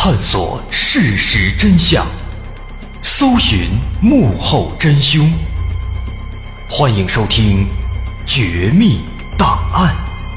探索事实真相，搜寻幕后真凶。欢迎收听《绝密档案》。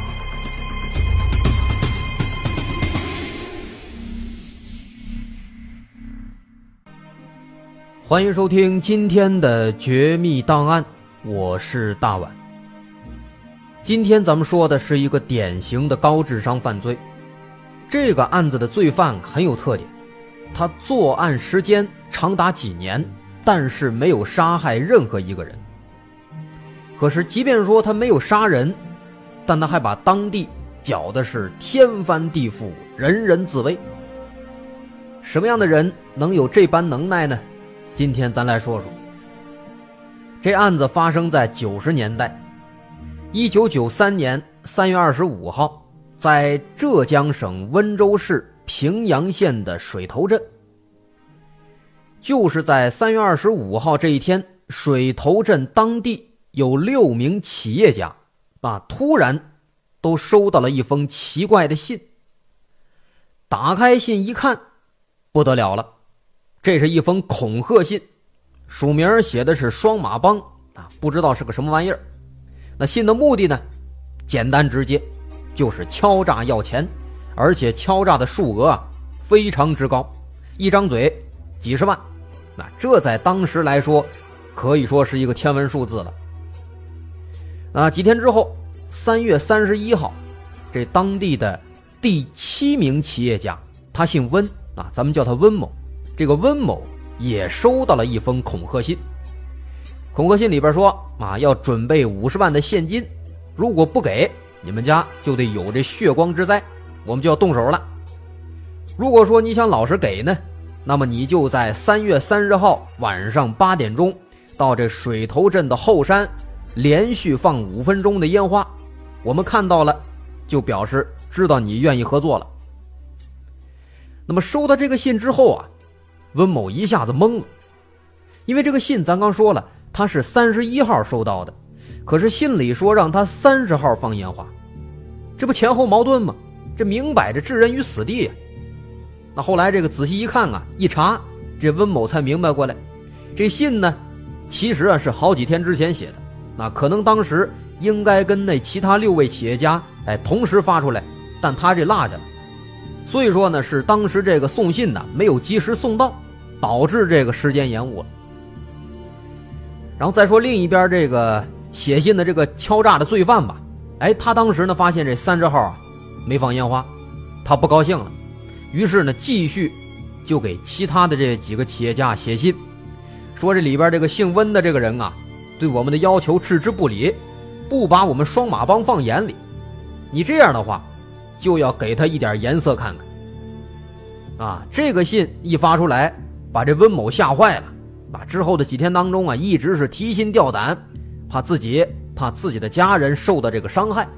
欢迎收听今天的《绝密档案》，我是大碗。今天咱们说的是一个典型的高智商犯罪。这个案子的罪犯很有特点，他作案时间长达几年，但是没有杀害任何一个人。可是即便说他没有杀人，但他还把当地搅的是天翻地覆，人人自危。什么样的人能有这般能耐呢？今天咱来说说。这案子发生在90年代，1993年3月25号，在浙江省温州市平阳县的水头镇。就是在3月25号这一天，水头镇当地有6名企业家突然都收到了一封奇怪的信。打开信一看，不得了了，这是一封恐吓信，署名写的是双马帮不知道是个什么玩意儿。那信的目的呢，简单直接，就是敲诈要钱，而且敲诈的数额非常之高，一张嘴几十万。那这在当时来说可以说是一个天文数字了。几天之后，3月31号，这当地的第7名企业家，他姓温咱们叫他温某。这个温某也收到了一封恐吓信。恐吓信里边说要准备50万的现金，如果不给，你们家就得有这血光之灾，我们就要动手了。如果说你想老实给呢，那么你就在3月30号晚上8点钟到这水头镇的后山连续放5分钟的烟花，我们看到了就表示知道你愿意合作了。那么收到这个信之后温某一下子懵了，因为这个信咱刚说了，他是31号收到的，可是信里说让他30号放烟花，这不前后矛盾吗？这明摆着置人于死地那后来这个仔细一看一查，这温某才明白过来，这信呢其实是好几天之前写的，那可能当时应该跟那其他6位企业家同时发出来，但他这落下了，所以说呢是当时这个送信没有及时送到，导致这个时间延误了。然后再说另一边这个写信的这个敲诈的罪犯吧，他当时呢发现这30号没放烟花，他不高兴了，于是呢继续就给其他的这几个企业家写信，说这里边这个姓温的这个人对我们的要求置之不理，不把我们双马帮放眼里，你这样的话就要给他一点颜色看看这个信一发出来，把这温某吓坏了，之后的几天当中一直是提心吊胆，怕自己的家人受到这个伤害。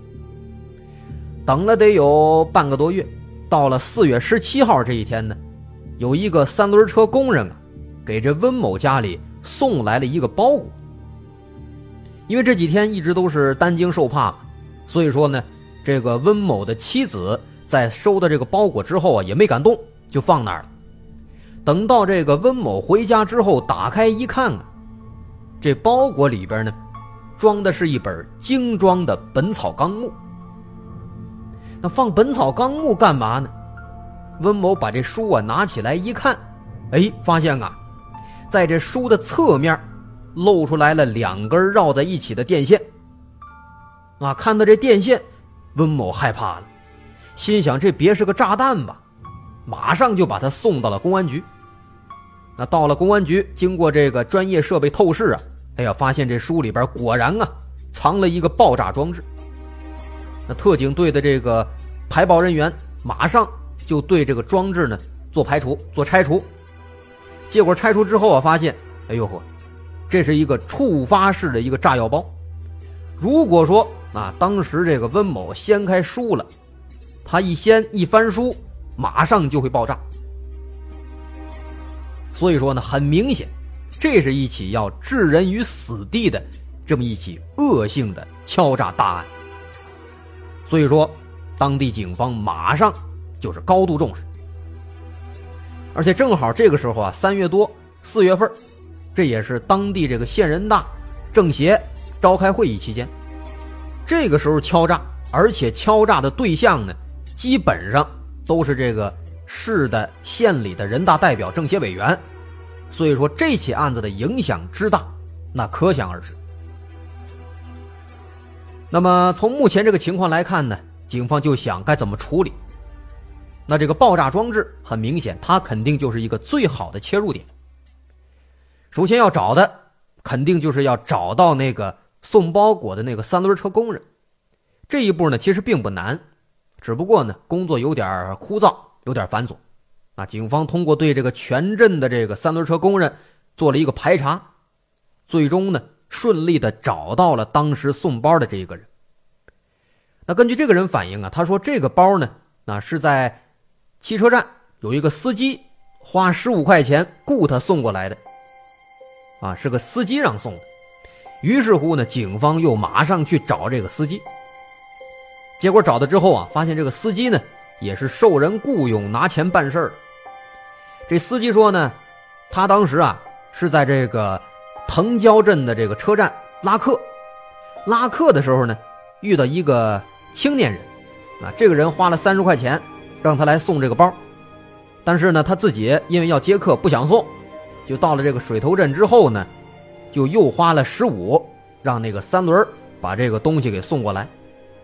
等了得有半个多月，到了4月17号这一天呢，有一个3轮车工人给这温某家里送来了一个包裹。因为这几天一直都是担惊受怕，所以说呢这个温某的妻子在收到这个包裹之后也没敢动，就放那儿了。等到这个温某回家之后打开一看这包裹里边呢装的是一本精装的本草纲目。那放本草纲目干嘛呢？温某把这书拿起来一看，发现在这书的侧面露出来了2根绕在一起的电线看到这电线，温某害怕了，心想这别是个炸弹吧，马上就把他送到了公安局。那到了公安局，经过这个专业设备透视发现这书里边果然藏了一个爆炸装置。那特警队的这个排爆人员马上就对这个装置呢做拆除。结果拆除之后发现这是一个触发式的一个炸药包。如果说当时这个温某掀开书了，他一翻书马上就会爆炸。所以说呢很明显，这是一起要置人于死地的这么一起恶性的敲诈大案。所以说当地警方马上就是高度重视。 而且正好这个时候啊，3月多4月份，这也是当地这个县人大政协召开会议期间，这个时候敲诈，而且敲诈的对象呢基本上都是这个市的县里的人大代表政协委员，所以说这起案子的影响之大那可想而知。那么从目前这个情况来看呢，警方就想该怎么处理。那这个爆炸装置很明显它肯定就是一个最好的切入点。首先要找的肯定就是要找到那个送包裹的那个3轮车工人。这一步呢其实并不难，只不过呢工作有点枯燥，有点繁琐。警方通过对这个全镇的这个3轮车工人做了一个排查，最终呢顺利的找到了当时送包的这一个人。那根据这个人反映啊，他说这个包呢是在汽车站有一个司机花15块钱雇他送过来的，是个司机让送的。于是乎呢，警方又马上去找这个司机。结果找到之后啊，发现这个司机呢也是受人雇佣拿钱办事儿。这司机说呢，他当时是在这个藤椒镇的这个车站拉客的时候呢，遇到一个青年人这个人花了30块钱让他来送这个包，但是呢他自己因为要接客不想送，就到了这个水头镇之后呢，就又花了15让那个3轮把这个东西给送过来。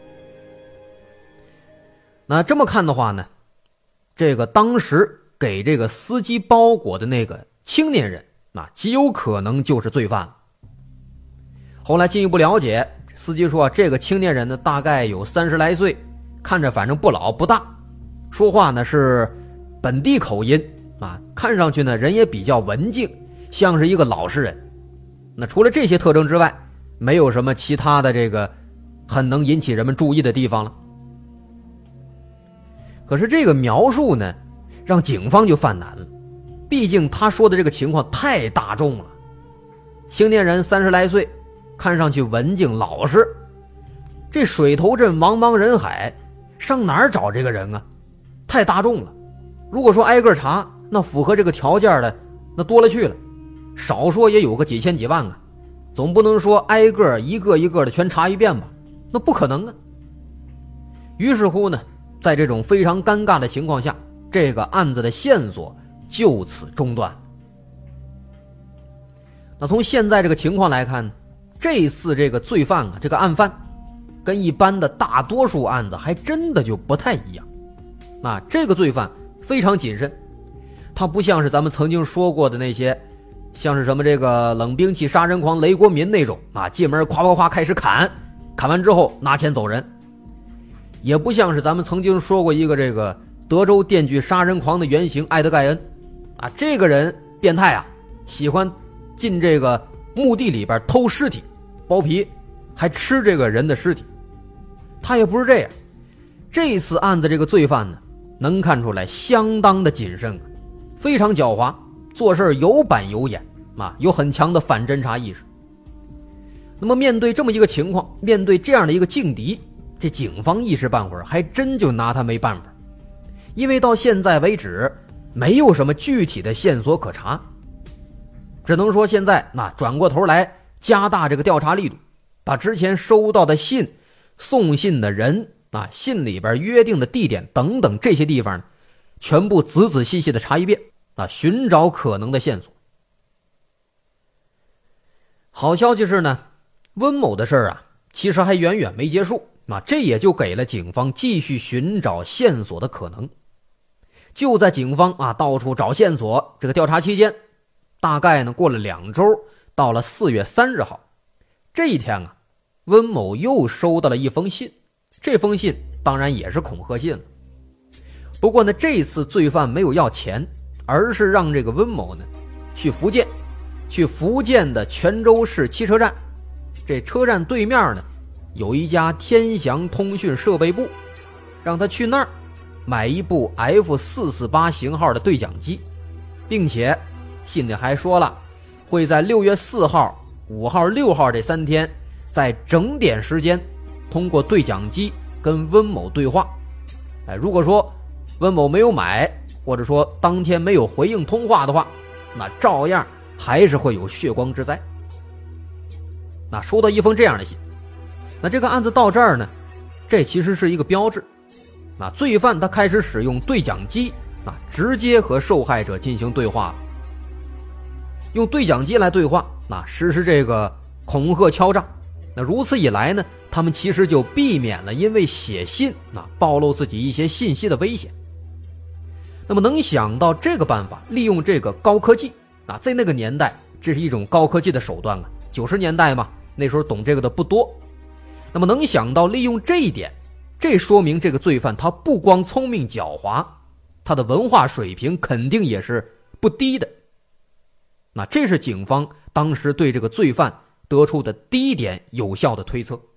那这么看的话呢，这个当时给这个司机包裹的那个青年人极有可能就是罪犯。后来进一步了解，司机说这个青年人呢大概有30来岁，看着反正不老不大，说话呢是本地口音看上去呢人也比较文静，像是一个老实人。那除了这些特征之外，没有什么其他的这个很能引起人们注意的地方了。可是这个描述呢让警方就犯难了，毕竟他说的这个情况太大众了。青年人30来岁，看上去文静老实，这水头镇茫茫人海，上哪儿找这个人啊？太大众了。如果说挨个查，那符合这个条件的那多了去了，少说也有个几千几万啊，总不能说挨个一个一个的全查一遍吧，那不可能啊。于是乎呢，在这种非常尴尬的情况下，这个案子的线索就此中断。那从现在这个情况来看，这次这个罪犯这个案犯跟一般的大多数案子还真的就不太一样。这个罪犯非常谨慎，他不像是咱们曾经说过的那些，像是什么这个冷兵器杀人狂雷国民那种进门夸夸夸开始砍完之后拿钱走人，也不像是咱们曾经说过一个这个德州电锯杀人狂的原型艾德盖恩这个人变态喜欢进这个墓地里边偷尸体剥皮，还吃这个人的尸体。他也不是这样，这次案子这个罪犯呢能看出来相当的谨慎非常狡猾，做事有板有眼有很强的反侦查意识。那么面对这么一个情况，面对这样的一个劲敌，这警方一时半会儿还真就拿他没办法。因为到现在为止没有什么具体的线索可查，只能说现在转过头来加大这个调查力度，把之前收到的信、送信的人信里边约定的地点等等这些地方全部仔仔细细的查一遍寻找可能的线索。好消息是呢，温某的事儿其实还远远没结束这也就给了警方继续寻找线索的可能。就在警方到处找线索这个调查期间，大概呢过了2周，到了4月30号这一天温某又收到了一封信。这封信当然也是恐吓信了，不过呢这次罪犯没有要钱，而是让这个温某呢去福建的泉州市汽车站，这车站对面呢有一家天祥通讯设备部，让他去那儿买一部 F448 型号的对讲机，并且信里还说了会在6月4号、5号、6号这3天在整点时间通过对讲机跟温某对话。如果说温某没有买， 或者说当天没有回应通话的话，那照样还是会有血光之灾。那收到一封这样的信，那这个案子到这儿呢，这其实是一个标志。那罪犯他开始使用对讲机直接和受害者进行对话了。用对讲机来对话，实施这个恐吓敲诈。那如此一来呢，他们其实就避免了因为写信暴露自己一些信息的危险。那么能想到这个办法，利用这个高科技在那个年代这是一种高科技的手段啊，90年代嘛，那时候懂这个的不多。那么能想到利用这一点，这说明这个罪犯他不光聪明狡猾，他的文化水平肯定也是不低的。那这是警方当时对这个罪犯得出的第一点有效的推测。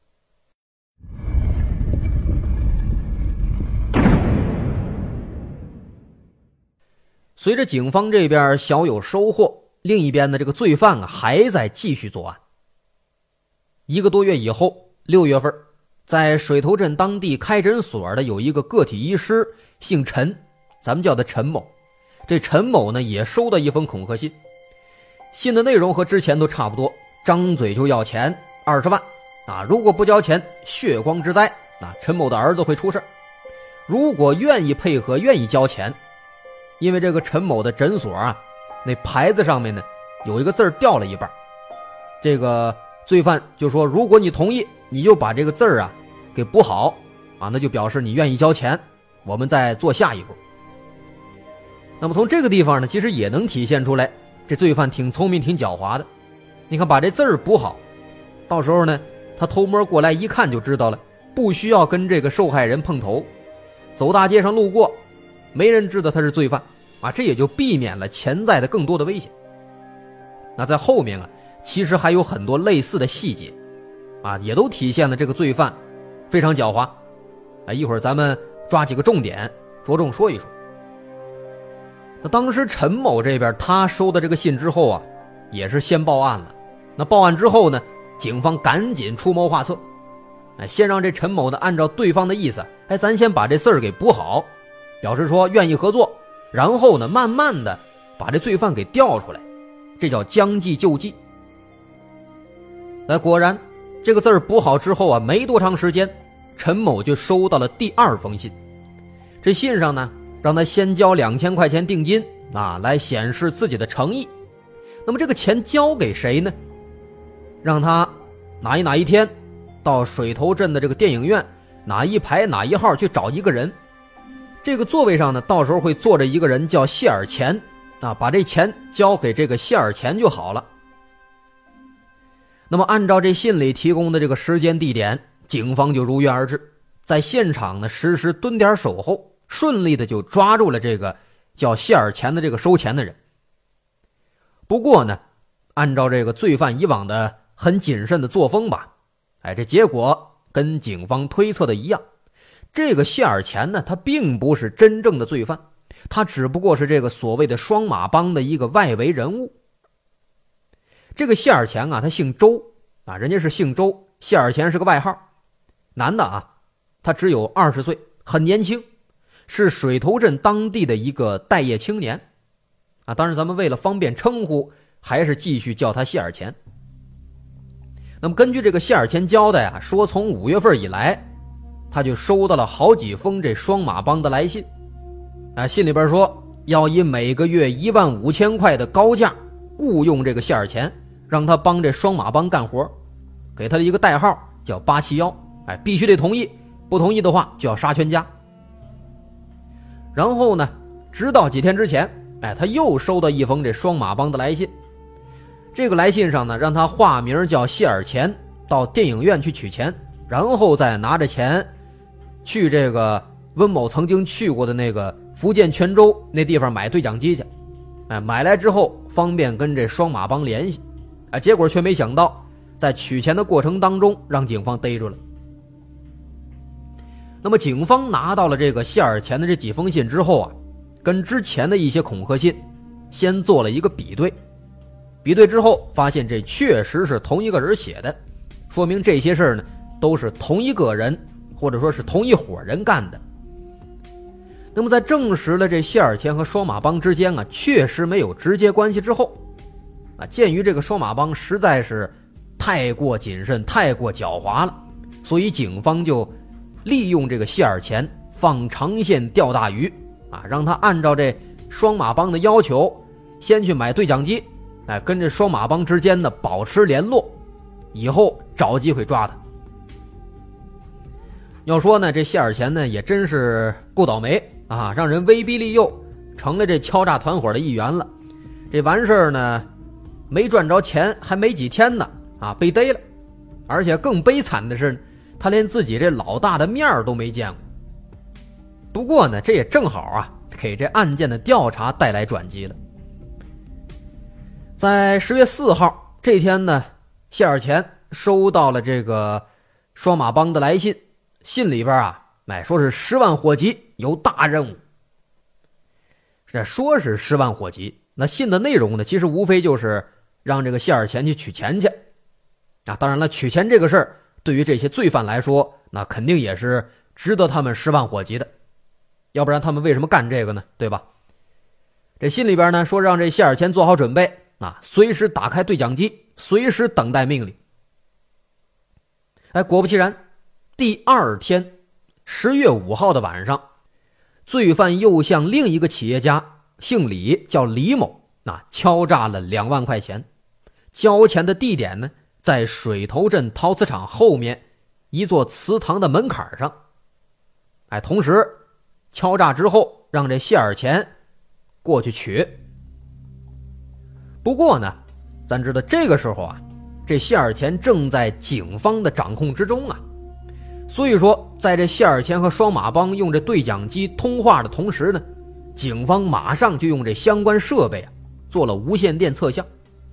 随着警方这边小有收获，另一边的这个罪犯还在继续作案。1个多月以后，6月份，在水头镇当地开诊所的有一个个体医师，姓陈，咱们叫他陈某。这陈某呢也收到一封恐吓信，信的内容和之前都差不多，张嘴就要钱20万如果不交钱，血光之灾陈某的儿子会出事。如果愿意配合，愿意交钱，因为这个陈某的诊所那牌子上面呢有一个字掉了一半，这个罪犯就说，如果你同意，你就把这个字给补好那就表示你愿意交钱，我们再做下一步。那么从这个地方呢，其实也能体现出来这罪犯挺聪明挺狡猾的。你看把这字补好，到时候呢他偷摸过来一看就知道了，不需要跟这个受害人碰头，走大街上路过没人知道他是罪犯这也就避免了潜在的更多的危险。那在后面其实还有很多类似的细节也都体现了这个罪犯非常狡猾一会儿咱们抓几个重点着重说一说。那当时陈某这边他收到这个信之后也是先报案了。那报案之后呢，警方赶紧出谋划策先让这陈某呢按照对方的意思咱先把这事儿给补好，表示说愿意合作，然后呢慢慢的把这罪犯给调出来，这叫将计就计。果然这个字儿补好之后没多长时间，陈某就收到了第2封信。这信上呢让他先交2000块钱定金来显示自己的诚意。那么这个钱交给谁呢？让他哪一天到水头镇的这个电影院哪一排哪一号去找一个人，这个座位上呢到时候会坐着一个人叫谢尔钱把这钱交给这个谢尔钱就好了。那么按照这信里提供的这个时间地点，警方就如约而至，在现场呢实施蹲点守候，顺利的就抓住了这个叫谢尔钱的这个收钱的人。不过呢，按照这个罪犯以往的很谨慎的作风吧，这结果跟警方推测的一样，这个谢尔钱呢他并不是真正的罪犯，他只不过是这个所谓的双马帮的一个外围人物。这个谢尔钱他姓周人家是姓周，谢尔钱是个外号，男的他只有20岁，很年轻，是水头镇当地的一个待业青年当然咱们为了方便称呼，还是继续叫他谢尔钱。那么根据这个谢尔钱交代说从5月份以来，他就收到了好几封这双马帮的来信信里边说要以每个月15000块的高价雇佣这个谢尔钱，让他帮这双马帮干活，给他的一个代号叫871，必须得同意，不同意的话就要杀全家。然后呢，直到几天之前他又收到一封这双马帮的来信。这个来信上呢，让他化名叫谢尔钱，到电影院去取钱，然后再拿着钱去这个温某曾经去过的那个福建泉州那地方买对讲机去。买来之后方便跟这双马帮联系结果却没想到在取钱的过程当中让警方逮住了。那么警方拿到了这个谢尔钱的这几封信之后跟之前的一些恐吓信先做了一个比对，比对之后发现这确实是同一个人写的，说明这些事儿呢都是同一个人或者说是同一伙人干的。 那么在证实了这谢尔钱和双马帮之间确实没有直接关系之后，鉴于这个双马帮实在是太过谨慎太过狡猾了，所以警方就利用这个谢尔钱放长线钓大鱼让他按照这双马帮的要求先去买对讲机，跟这双马帮之间的保持联络，以后找机会抓他。要说呢，这谢尔钱呢也真是够倒霉让人威逼利诱，成了这敲诈团伙的一员了。这完事儿呢，没赚着钱，还没几天呢被逮了。而且更悲惨的是，他连自己这老大的面都没见过。不过呢，这也正好给这案件的调查带来转机了。在10月4号这天呢，谢尔钱收到了这个双马帮的来信，信里边说是10万火急，有大任务。这说是10万火急，那信的内容呢，其实无非就是让这个谢尔钱去取钱去。当然了，取钱这个事儿对于这些罪犯来说，那肯定也是值得他们10万火急的，要不然他们为什么干这个呢？对吧？这信里边呢说让这谢尔钱做好准备随时打开对讲机，随时等待命令。果不其然，第二天10月5号的晚上，罪犯又向另一个企业家姓李，叫李某敲诈了2万块钱。交钱的地点呢，在水头镇陶瓷厂后面一座祠堂的门槛上。同时敲诈之后让这谢尔钱过去取。不过呢，咱知道这个时候这谢尔钱正在警方的掌控之中所以说在这谢尔钱和双马帮用这对讲机通话的同时呢，警方马上就用这相关设备做了无线电测向。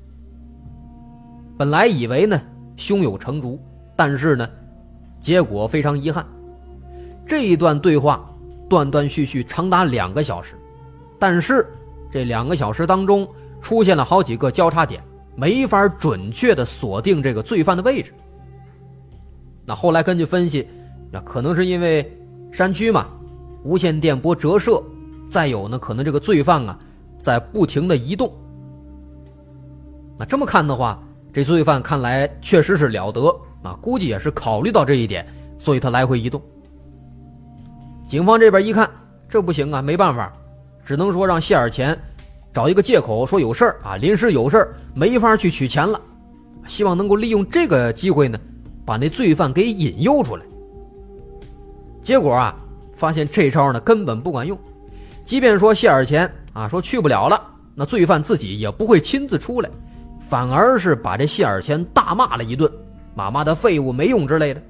本来以为呢胸有成竹，但是呢结果非常遗憾。这一段对话断断续续长达2个小时，但是这2个小时当中出现了好几个交叉点，没法准确的锁定这个罪犯的位置。那后来根据分析，可能是因为山区嘛，无线电波折射，再有呢可能这个罪犯在不停的移动。那这么看的话，这罪犯看来确实是了得估计也是考虑到这一点，所以他来回移动。警方这边一看这不行没办法，只能说让谢尔钱找一个借口说有事儿临时有事儿没法去取钱了，希望能够利用这个机会呢把那罪犯给引诱出来。结果发现这招呢根本不管用，即便说谢尔钱说去不了了，那罪犯自己也不会亲自出来，反而是把这谢尔钱大骂了一顿，骂的废物没用之类的。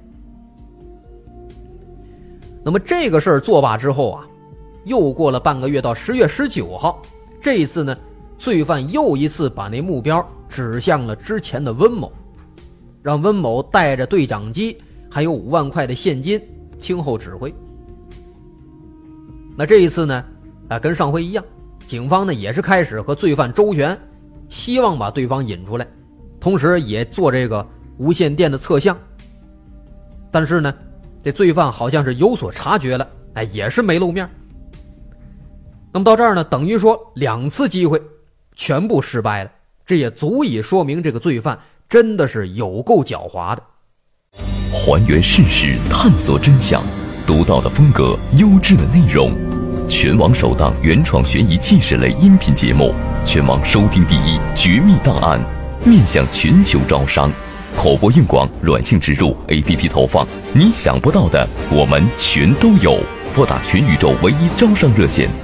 那么这个事儿作罢之后又过了半个月，到10月19号，这一次呢罪犯又一次把那目标指向了之前的温某，让温某带着对讲机还有5万块的现金听候指挥。那这一次呢跟上回一样，警方呢也是开始和罪犯周旋，希望把对方引出来，同时也做这个无线电的测向。但是呢这罪犯好像是有所察觉了，也是没露面。那么到这儿呢，等于说2次机会全部失败了，这也足以说明这个罪犯真的是有够狡猾的。 还原事实，探索真相，独到的风格，优质的内容，全网首档原创悬疑纪实类音频节目，全网收听第1《绝密档案》，面向全球招商，口播硬广、软性植入、APP 投放，你想不到的我们全都有。拨打全宇宙唯一招商热线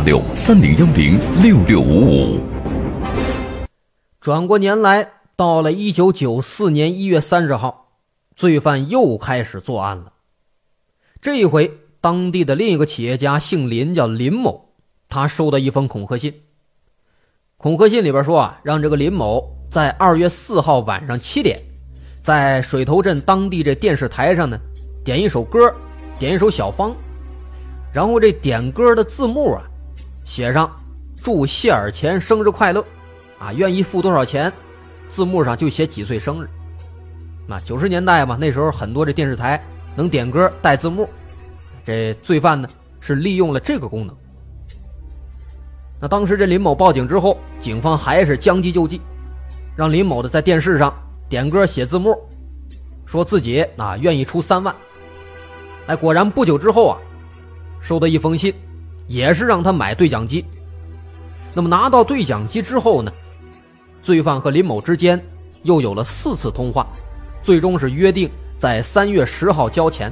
18630106655。 转过年来，到了1994年1月30号，罪犯又开始作案了。这一回当地的另一个企业家姓林，叫林某，他收到一封恐吓信。恐吓信里边说让这个林某在2月4号晚上7点，在水头镇当地这电视台上呢点一首歌，点一首小芳，然后这点歌的字幕写上祝谢尔钱生日快乐愿意付多少钱，字幕上就写几岁生日。那90年代嘛，那时候很多这电视台能点歌带字幕，这罪犯呢是利用了这个功能。那当时这林某报警之后，警方还是将计就计，让林某的在电视上点歌写字幕，说自己愿意出3万。果然不久之后收到一封信，也是让他买对讲机。那么拿到对讲机之后呢，罪犯和林某之间又有了4次通话，最终是约定在3月10号交钱。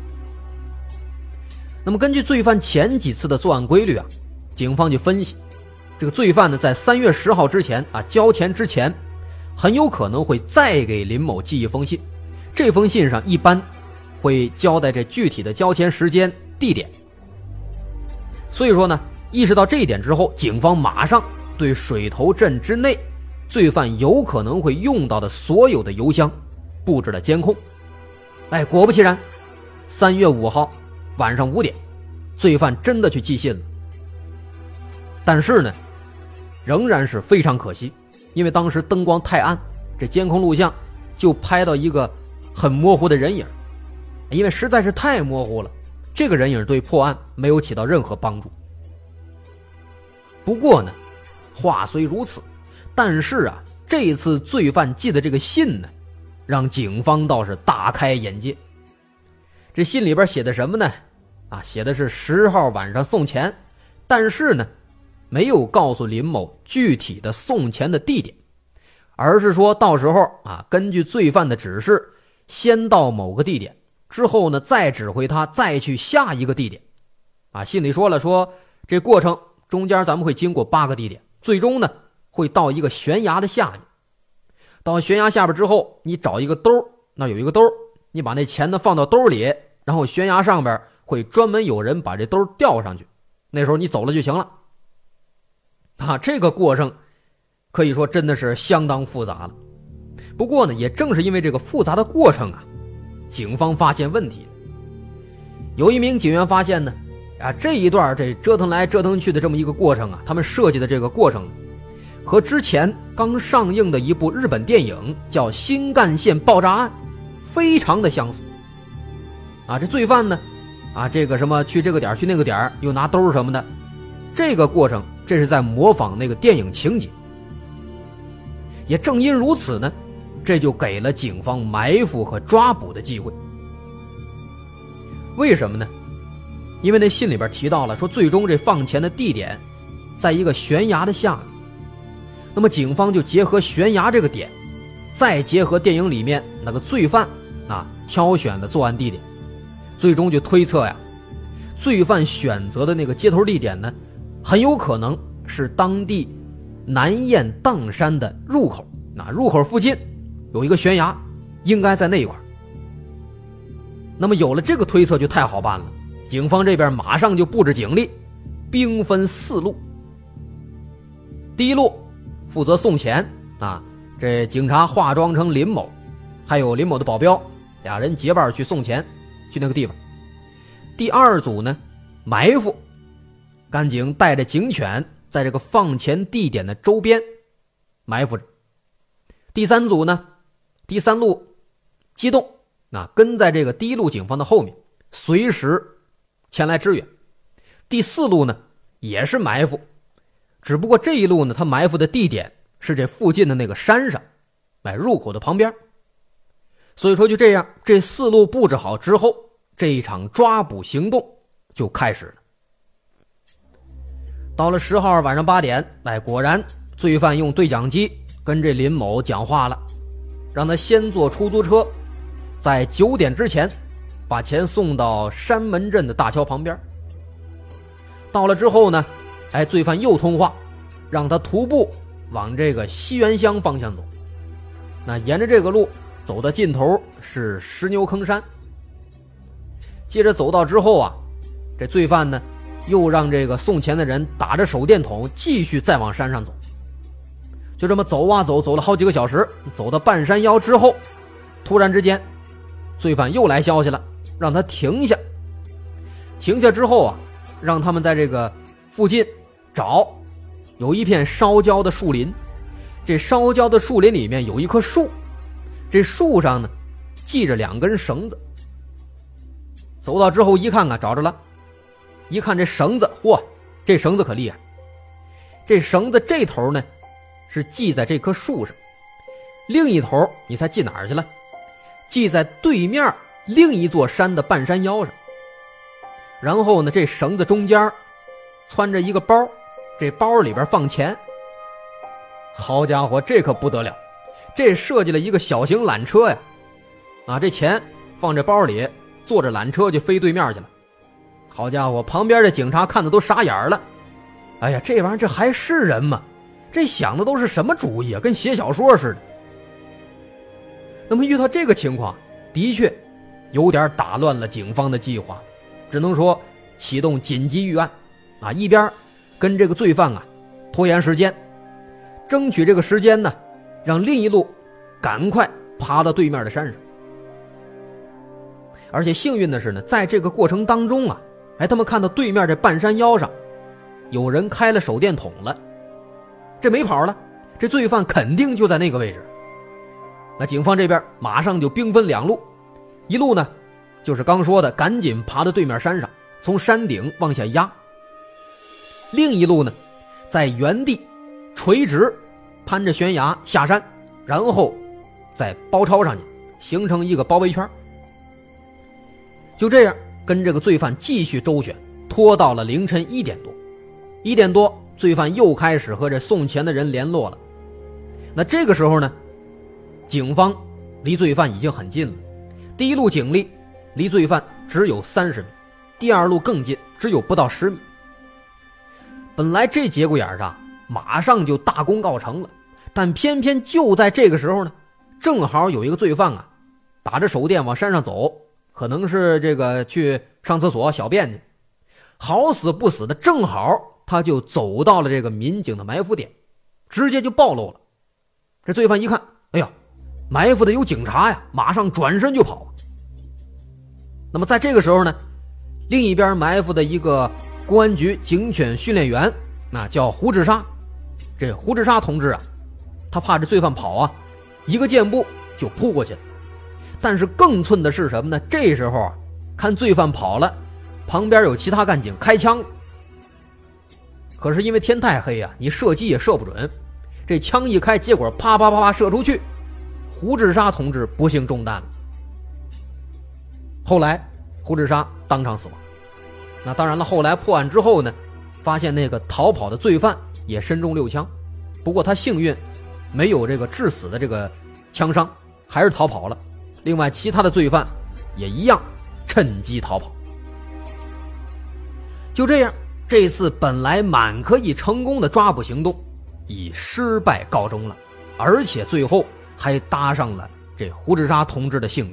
那么根据罪犯前几次的作案规律警方就分析，这个罪犯呢在3月10号之前交钱之前，很有可能会再给林某寄一封信，这封信上一般会交代这具体的交钱时间地点。所以说呢，意识到这一点之后，警方马上对水头镇之内罪犯有可能会用到的所有的邮箱布置了监控。果不其然，3月5号晚上5点，罪犯真的去寄信了。但是呢，仍然是非常可惜，因为当时灯光太暗，这监控录像就拍到一个很模糊的人影，因为实在是太模糊了，这个人影对破案没有起到任何帮助。不过呢，话虽如此，但是这一次罪犯寄的这个信呢，让警方倒是大开眼界。这信里边写的什么呢？写的是10号晚上送钱，但是呢，没有告诉林某具体的送钱的地点，而是说到时候根据罪犯的指示，先到某个地点，之后呢再指挥他再去下一个地点。信里说了，说这过程中间咱们会经过8个地点，最终呢会到一个悬崖的下面。到悬崖下边之后，你找一个兜，那有一个兜，你把那钱呢放到兜里，然后悬崖上边会专门有人把这兜吊上去，那时候你走了就行了。这个过程可以说真的是相当复杂了。不过呢，也正是因为这个复杂的过程警方发现问题。有一名警员发现呢，这一段这折腾来折腾去的这么一个过程他们设计的这个过程和之前刚上映的一部日本电影叫《新干线爆炸案》非常的相似。这罪犯呢这个什么去这个点去那个点又拿兜什么的，这个过程这是在模仿那个电影情节。也正因如此呢，这就给了警方埋伏和抓捕的机会。为什么呢？因为那信里边提到了说，最终这放钱的地点在一个悬崖的下面。那么警方就结合悬崖这个点，再结合电影里面那个罪犯挑选的作案地点，最终就推测罪犯选择的那个接头地点呢，很有可能是当地南雁砀山的入口。入口附近有一个悬崖，应该在那一块。那么有了这个推测就太好办了，警方这边马上就布置警力，兵分4路。第一路负责送钱这警察化妆成林某，还有林某的保镖，2人结伴去送钱，去那个地方。第2组呢埋伏，干警带着警犬在这个放钱地点的周边埋伏着。第3组呢，第3路机动跟在这个第1路警方的后面，随时前来支援。第4路呢也是埋伏，只不过这一路呢，他埋伏的地点是这附近的那个山上，入口的旁边。所以说就这样，这4路布置好之后，这一场抓捕行动就开始了。到了10号晚上8点，果然罪犯用对讲机跟这林某讲话了，让他先坐出租车，在9点之前把钱送到山门镇的大桥旁边。到了之后呢，罪犯又通话，让他徒步往这个西园乡方向走。沿着这个路走到尽头是石牛坑山。接着走到之后这罪犯呢又让这个送钱的人打着手电筒继续再往山上走。就这么走走了好几个小时，走到半山腰之后，突然之间罪犯又来消息了，让他停下。停下之后让他们在这个附近找有一片烧焦的树林，这烧焦的树林里面有一棵树，这树上呢系着2根绳子。走到之后一看找着了， 一看这绳子，嚯，这绳子可厉害。这绳子这头呢是系在这棵树上，另一头你猜系哪儿去了？系在对面另一座山的半山腰上。然后呢，这绳子中间穿着一个包，这包里边放钱。好家伙，这可不得了，这设计了一个小型缆车呀！这钱放这包里，坐着缆车就飞对面去了。好家伙，旁边的警察看的都傻眼了。哎呀，这玩意儿这还是人吗？这想的都是什么主意啊，跟写小说似的。那么遇到这个情况，的确有点打乱了警方的计划，只能说启动紧急预案一边跟这个罪犯拖延时间，争取这个时间呢，让另一路赶快爬到对面的山上。而且幸运的是呢，在这个过程当中他们看到对面这半山腰上有人开了手电筒了，这没跑了，这罪犯肯定就在那个位置。那警方这边马上就兵分两路，一路呢就是刚说的赶紧爬到对面山上，从山顶往下压；另一路呢在原地垂直攀着悬崖下山，然后再包抄上去，形成一个包围圈。就这样跟这个罪犯继续周旋，拖到了凌晨1点多。1点多，罪犯又开始和这送钱的人联络了。那这个时候呢，警方离罪犯已经很近了。第一路警力离罪犯只有30米，第二路更近，只有不到10米。本来这节骨眼上马上就大功告成了，但偏偏就在这个时候呢，正好有一个罪犯打着手电往山上走，可能是这个去上厕所小便去，好死不死的正好他就走到了这个民警的埋伏点，直接就暴露了。这罪犯一看，哎呀，埋伏的有警察呀，马上转身就跑。那么在这个时候呢，另一边埋伏的一个公安局警犬训练员，那叫胡志沙。这胡志沙同志他怕这罪犯跑一个箭步就扑过去了。但是更寸的是什么呢？这时候看罪犯跑了，旁边有其他干警开枪了。可是因为天太黑你射击也射不准，这枪一开，结果啪啪啪啪射出去，胡志沙同志不幸中弹了。后来胡志沙当场死亡。那当然了，后来破案之后呢，发现那个逃跑的罪犯也身中6枪，不过他幸运没有这个致死的这个枪伤，还是逃跑了。另外其他的罪犯也一样趁机逃跑。就这样，这次本来满可以成功的抓捕行动以失败告终了，而且最后还搭上了这胡志沙同志的性命。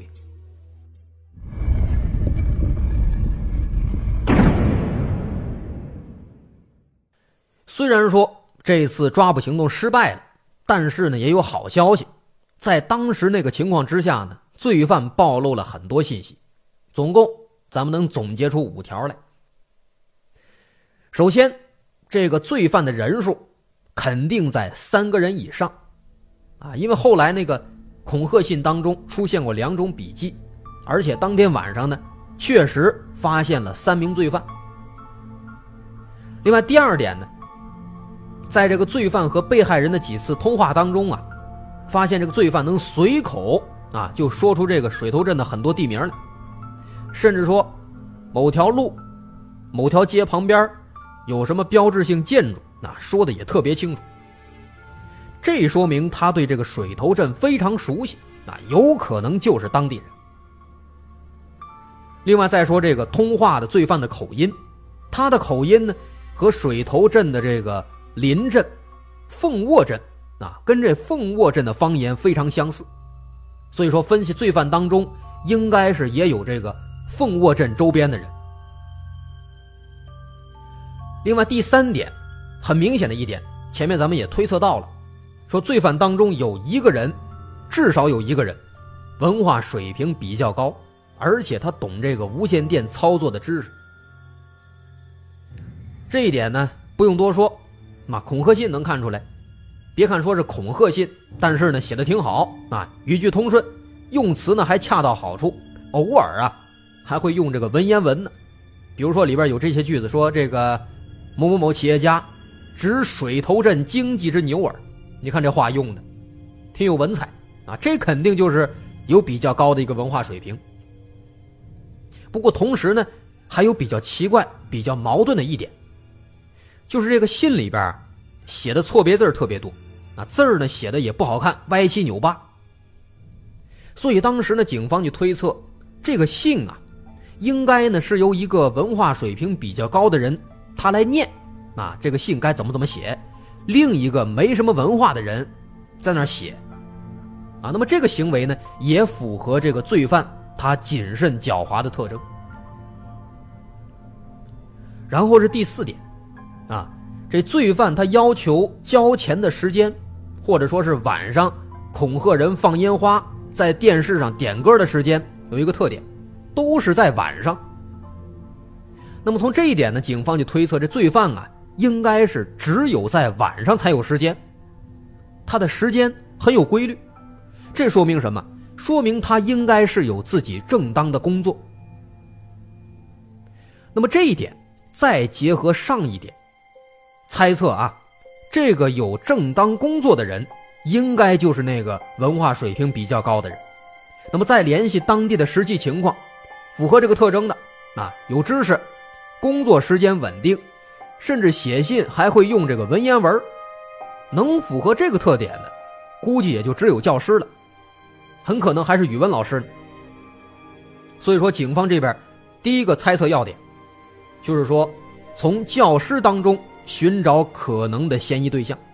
虽然说这次抓捕行动失败了，但是呢也有好消息。在当时那个情况之下呢，罪犯暴露了很多信息，总共咱们能总结出5条来。首先，这个罪犯的人数肯定在3个人以上因为后来那个恐吓信当中出现过2种笔记，而且当天晚上呢确实发现了3名罪犯。另外第二点呢，在这个罪犯和被害人的几次通话当中发现这个罪犯能随口就说出这个水头镇的很多地名来，甚至说某条路某条街旁边有什么标志性建筑，说的也特别清楚。这说明他对这个水头镇非常熟悉，有可能就是当地人。另外再说这个通话的罪犯的口音，他的口音呢和水头镇的这个邻镇凤卧镇跟这凤卧镇的方言非常相似，所以说分析罪犯当中应该是也有这个凤卧镇周边的人。另外第3点，很明显的一点，前面咱们也推测到了，说罪犯当中有一个人，至少有一个人文化水平比较高，而且他懂这个无线电操作的知识。这一点呢不用多说，恐吓信能看出来。别看说是恐吓信，但是呢写的挺好语句通顺，用词呢还恰到好处，偶尔还会用这个文言文呢。 比如说里边有这些句子，说这个某某某企业家执水头镇经济之牛耳，你看这话用的挺有文采啊，这肯定就是有比较高的一个文化水平。不过同时呢，还有比较奇怪比较矛盾的一点，就是这个信里边写的错别字特别多啊，字儿呢写的也不好看，歪七扭八。所以当时呢，警方就推测这个信啊，应该呢是由一个文化水平比较高的人他来念啊，这个信该怎么写，另一个没什么文化的人在那儿写啊。那么这个行为呢，也符合这个罪犯他谨慎狡猾的特征。然后是第4点啊，这罪犯他要求交钱的时间，或者说是晚上恐吓人放烟花，在电视上点歌的时间有一个特点，都是在晚上。那么从这一点呢，警方就推测这罪犯啊，应该是只有在晚上才有时间，他的时间很有规律。这说明什么？说明他应该是有自己正当的工作。那么这一点再结合上一点，猜测啊，这个有正当工作的人应该就是那个文化水平比较高的人。那么再联系当地的实际情况，符合这个特征的啊，有知识，工作时间稳定，甚至写信还会用这个文言文，能符合这个特点的估计也就只有教师了，很可能还是语文老师呢。所以说警方这边第一个猜测要点就是说，从教师当中寻找可能的嫌疑对象。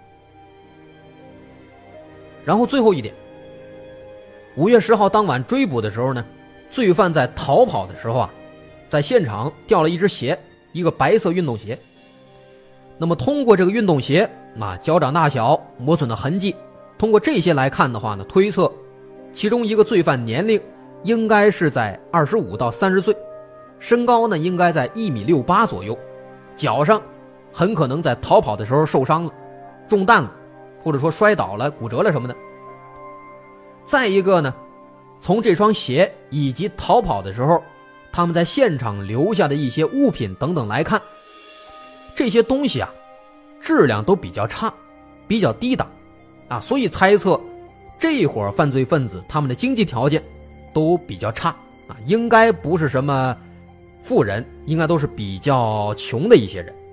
然后最后一点，5月10号当晚追捕的时候呢，罪犯在逃跑的时候啊，在现场掉了一只鞋，一个白色运动鞋。那么通过这个运动鞋脚掌大小、磨损的痕迹，通过这些来看的话呢，推测其中一个罪犯年龄应该是在25到30岁，身高呢应该在1.68米左右，脚上很可能在逃跑的时候受伤了，中弹了，或者说摔倒了、骨折了什么的。再一个呢，从这双鞋以及逃跑的时候他们在现场留下的一些物品等等来看，这些东西啊质量都比较差，比较低档啊，所以猜测这伙犯罪分子他们的经济条件都比较差啊，应该不是什么富人，应该都是比较穷的一些人。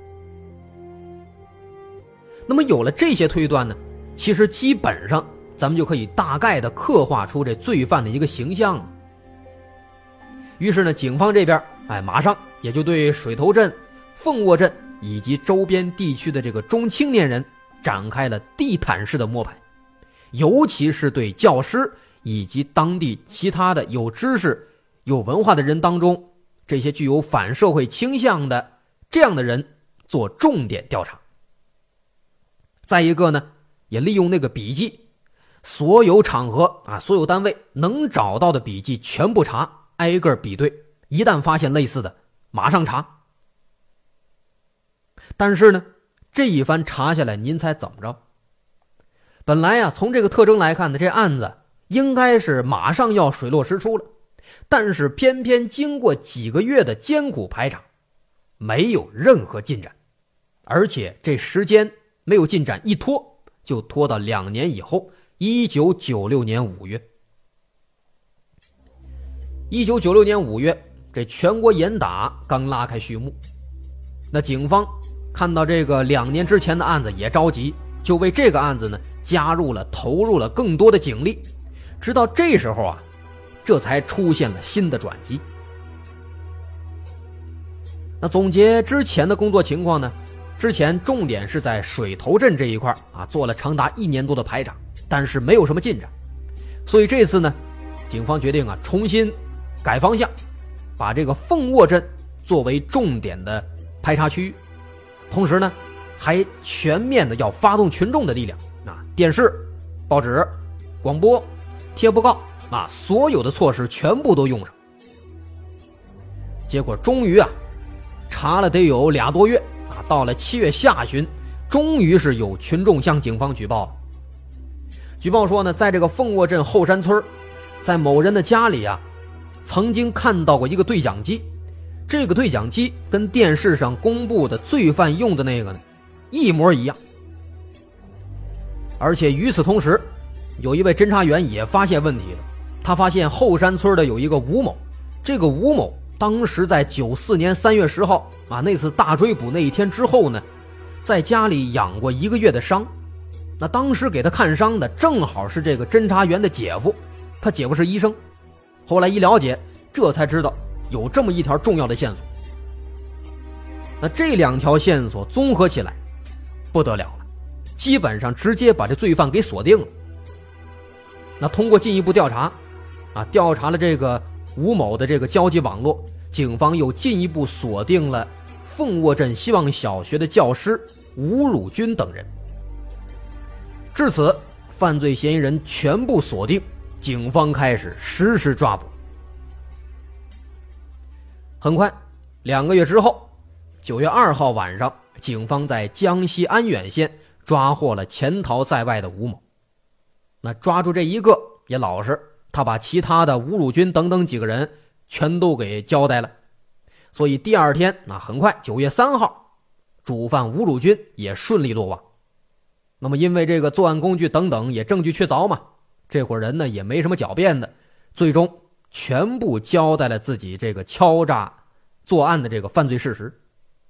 那么有了这些推断呢，其实基本上咱们就可以大概的刻画出这罪犯的一个形象了。于是呢，警方这边马上也就对水头镇、凤卧镇以及周边地区的这个中青年人展开了地毯式的摸排，尤其是对教师以及当地其他的有知识、有文化的人当中，这些具有反社会倾向的这样的人做重点调查。再一个呢，也利用那个笔记，所有场合所有单位能找到的笔记全部查，挨个比对，一旦发现类似的马上查。但是呢，这一番查下来，您猜怎么着？本来从这个特征来看呢，这案子应该是马上要水落石出了，但是偏偏经过几个月的艰苦排查，没有任何进展，而且这时间没有进展，一拖就拖到2年以后，1996年5月。1996年5月，这全国严打刚拉开序幕，那警方看到这个2年之前的案子也着急，就为这个案子呢投入了更多的警力，直到这时候这才出现了新的转机。那总结之前的工作情况呢，之前重点是在水头镇这一块做了长达1年多的排查，但是没有什么进展，所以这次呢，警方决定重新改方向，把这个凤卧镇作为重点的排查区域，同时呢还全面的要发动群众的力量电视、报纸、广播、贴布告所有的措施全部都用上。结果终于查了得有2多月到了7月下旬，终于是有群众向警方举报了。举报说呢，在这个凤卧镇后山村，在某人的家里曾经看到过一个对讲机， 这个对讲机跟电视上公布的罪犯用的那个呢一模一样。而且与此同时，有一位侦查员也发现问题了，他发现后山村的有一个吴某，这个吴某当时在94年3月10号那次大追捕那一天之后呢，在家里养过1个月的伤。那当时给他看伤的正好是这个侦查员的姐夫，他姐夫是医生。后来一了解，这才知道有这么一条重要的线索。那这2条线索综合起来不得了了，基本上直接把这罪犯给锁定了。那通过进一步调查调查了这个吴某的这个交际网络，警方又进一步锁定了凤卧镇希望小学的教师吴汝军等人。至此，犯罪嫌疑人全部锁定，警方开始实施抓捕。很快，2个月之后，9月2号晚上，警方在江西安远县抓获了潜逃在外的吴某。那抓住这一个也老实，他把其他的吴汝军等等几个人全都给交代了。所以第2天，很快9月3号，主犯吴汝军也顺利落网。那么因为这个作案工具等等也证据确凿嘛，这伙人呢也没什么狡辩的，最终全部交代了自己这个敲诈作案的这个犯罪事实。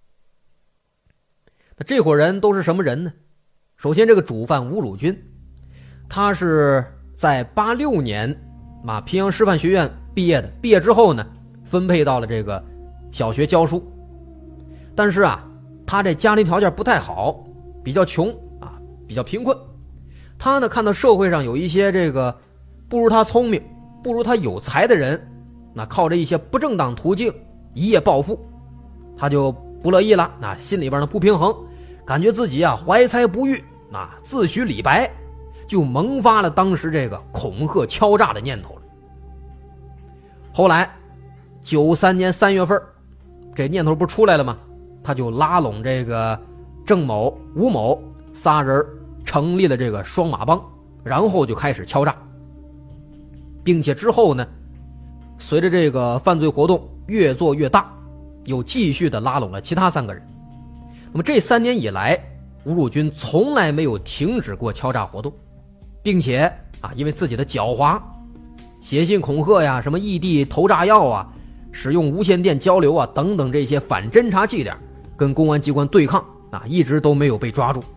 那这伙人都是什么人呢？首先这个主犯吴汝军，他是在86年平阳师范学院毕业的，毕业之后呢分配到了这个小学教书。但是他这家庭条件不太好，比较穷比较贫困。他呢看到社会上有一些这个不如他聪明不如他有才的人，靠着一些不正当途径一夜暴富，他就不乐意了，心里边呢不平衡，感觉自己怀才不遇，自诩李白，就萌发了当时这个恐吓敲诈的念头了。后来93年3月份，这念头不出来了吗？他就拉拢这个郑某、吴某仨人成立了这个双马帮，然后就开始敲诈，并且之后呢，随着这个犯罪活动越做越大，又继续的拉拢了其他3个人。那么这3年以来，吴汝军从来没有停止过敲诈活动，并且因为自己的狡猾，写信恐吓呀，什么异地投炸药使用无线电交流等等这些反侦查伎俩，跟公安机关对抗一直都没有被抓住。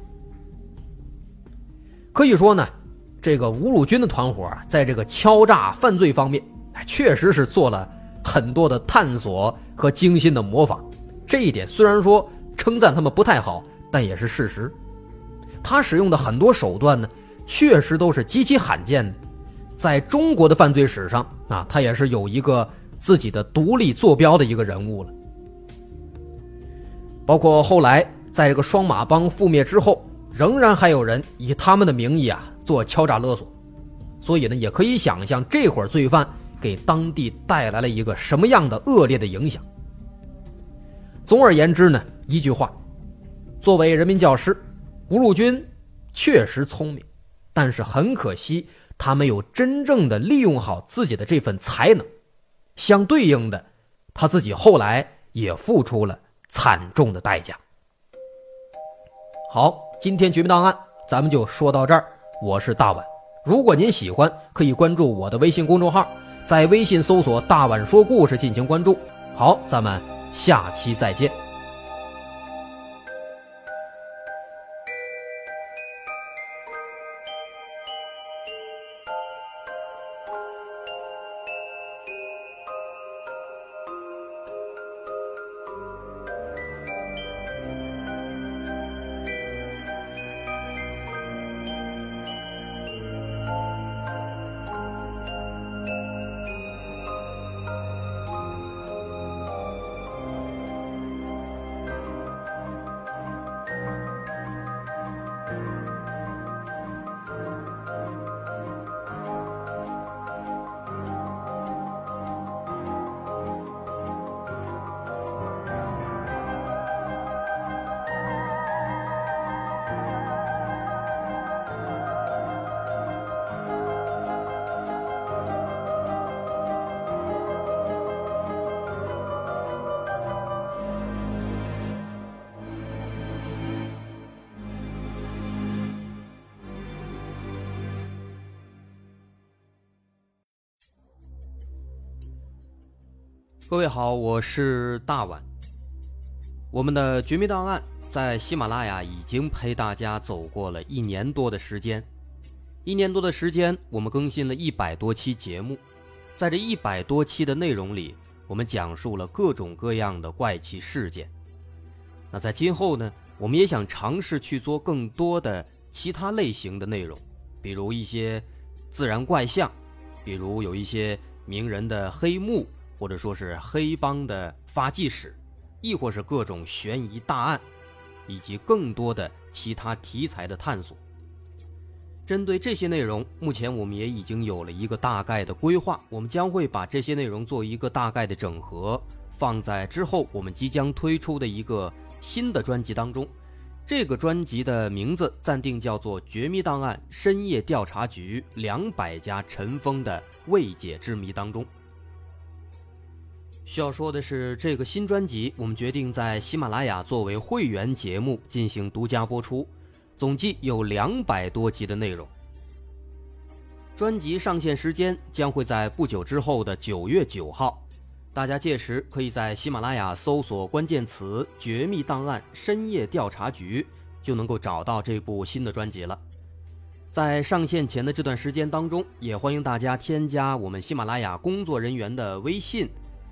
可以说呢，这个吴汝军的团伙在这个敲诈犯罪方面确实是做了很多的探索和精心的模仿。这一点虽然说称赞他们不太好，但也是事实。他使用的很多手段呢，确实都是极其罕见的，在中国的犯罪史上他也是有一个自己的独立坐标的一个人物了。包括后来在这个双马帮覆灭之后，仍然还有人以他们的名义做敲诈勒索，所以呢，也可以想象这伙罪犯给当地带来了一个什么样的恶劣的影响。总而言之呢，一句话，作为人民教师，吴汝军确实聪明，但是很可惜，他没有真正的利用好自己的这份才能，相对应的，他自己后来也付出了惨重的代价。好，今天绝密档案咱们就说到这儿，我是大碗。如果您喜欢，可以关注我的微信公众号，在微信搜索大碗说故事进行关注。好，咱们下期再见。 各位好，我是大碗。我们的绝密档案在喜马拉雅已经陪大家走过了1年多的时间。1年多的时间，我们更新了100多期节目。在这100多期的内容里，我们讲述了各种各样的怪奇事件。那在今后呢，我们也想尝试去做更多的其他类型的内容，比如一些自然怪象，比如有一些名人的黑幕，或者说是黑帮的发迹史，亦或是各种悬疑大案，以及更多的其他题材的探索。针对这些内容，目前我们也已经有了一个大概的规划，我们将会把这些内容做一个大概的整合，放在之后我们即将推出的一个新的专辑当中。这个专辑的名字暂定叫做《绝密档案深夜调查局200家尘封的未解之谜》当中。需要说的是，这个新专辑我们决定在喜马拉雅作为会员节目进行独家播出，总计有200多集的内容。专辑上线时间将会在不久之后的9月9号，大家届时可以在喜马拉雅搜索关键词绝密档案深夜调查局，就能够找到这部新的专辑了。在上线前的这段时间当中，也欢迎大家添加我们喜马拉雅工作人员的微信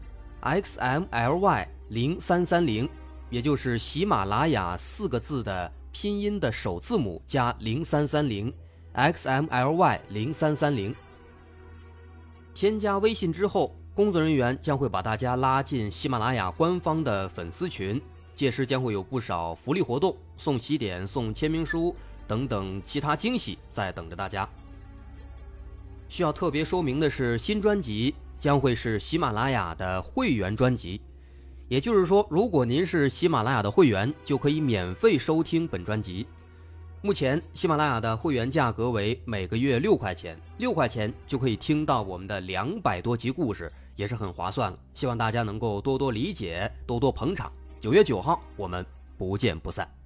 XMLY0330， 也就是喜马拉雅4个字的拼音的首字母加0330 XMLY0330。 添加微信之后，工作人员将会把大家拉进喜马拉雅官方的粉丝群，届时将会有不少福利活动，送喜点、送签名书等等其他惊喜在等着大家。需要特别说明的是，新专辑将会是喜马拉雅的会员专辑，也就是说，如果您是喜马拉雅的会员，就可以免费收听本专辑。目前喜马拉雅的会员价格为每个月6块钱，6块钱就可以听到我们的200多集故事，也是很划算了。希望大家能够多多理解，多多捧场。9月9号我们不见不散。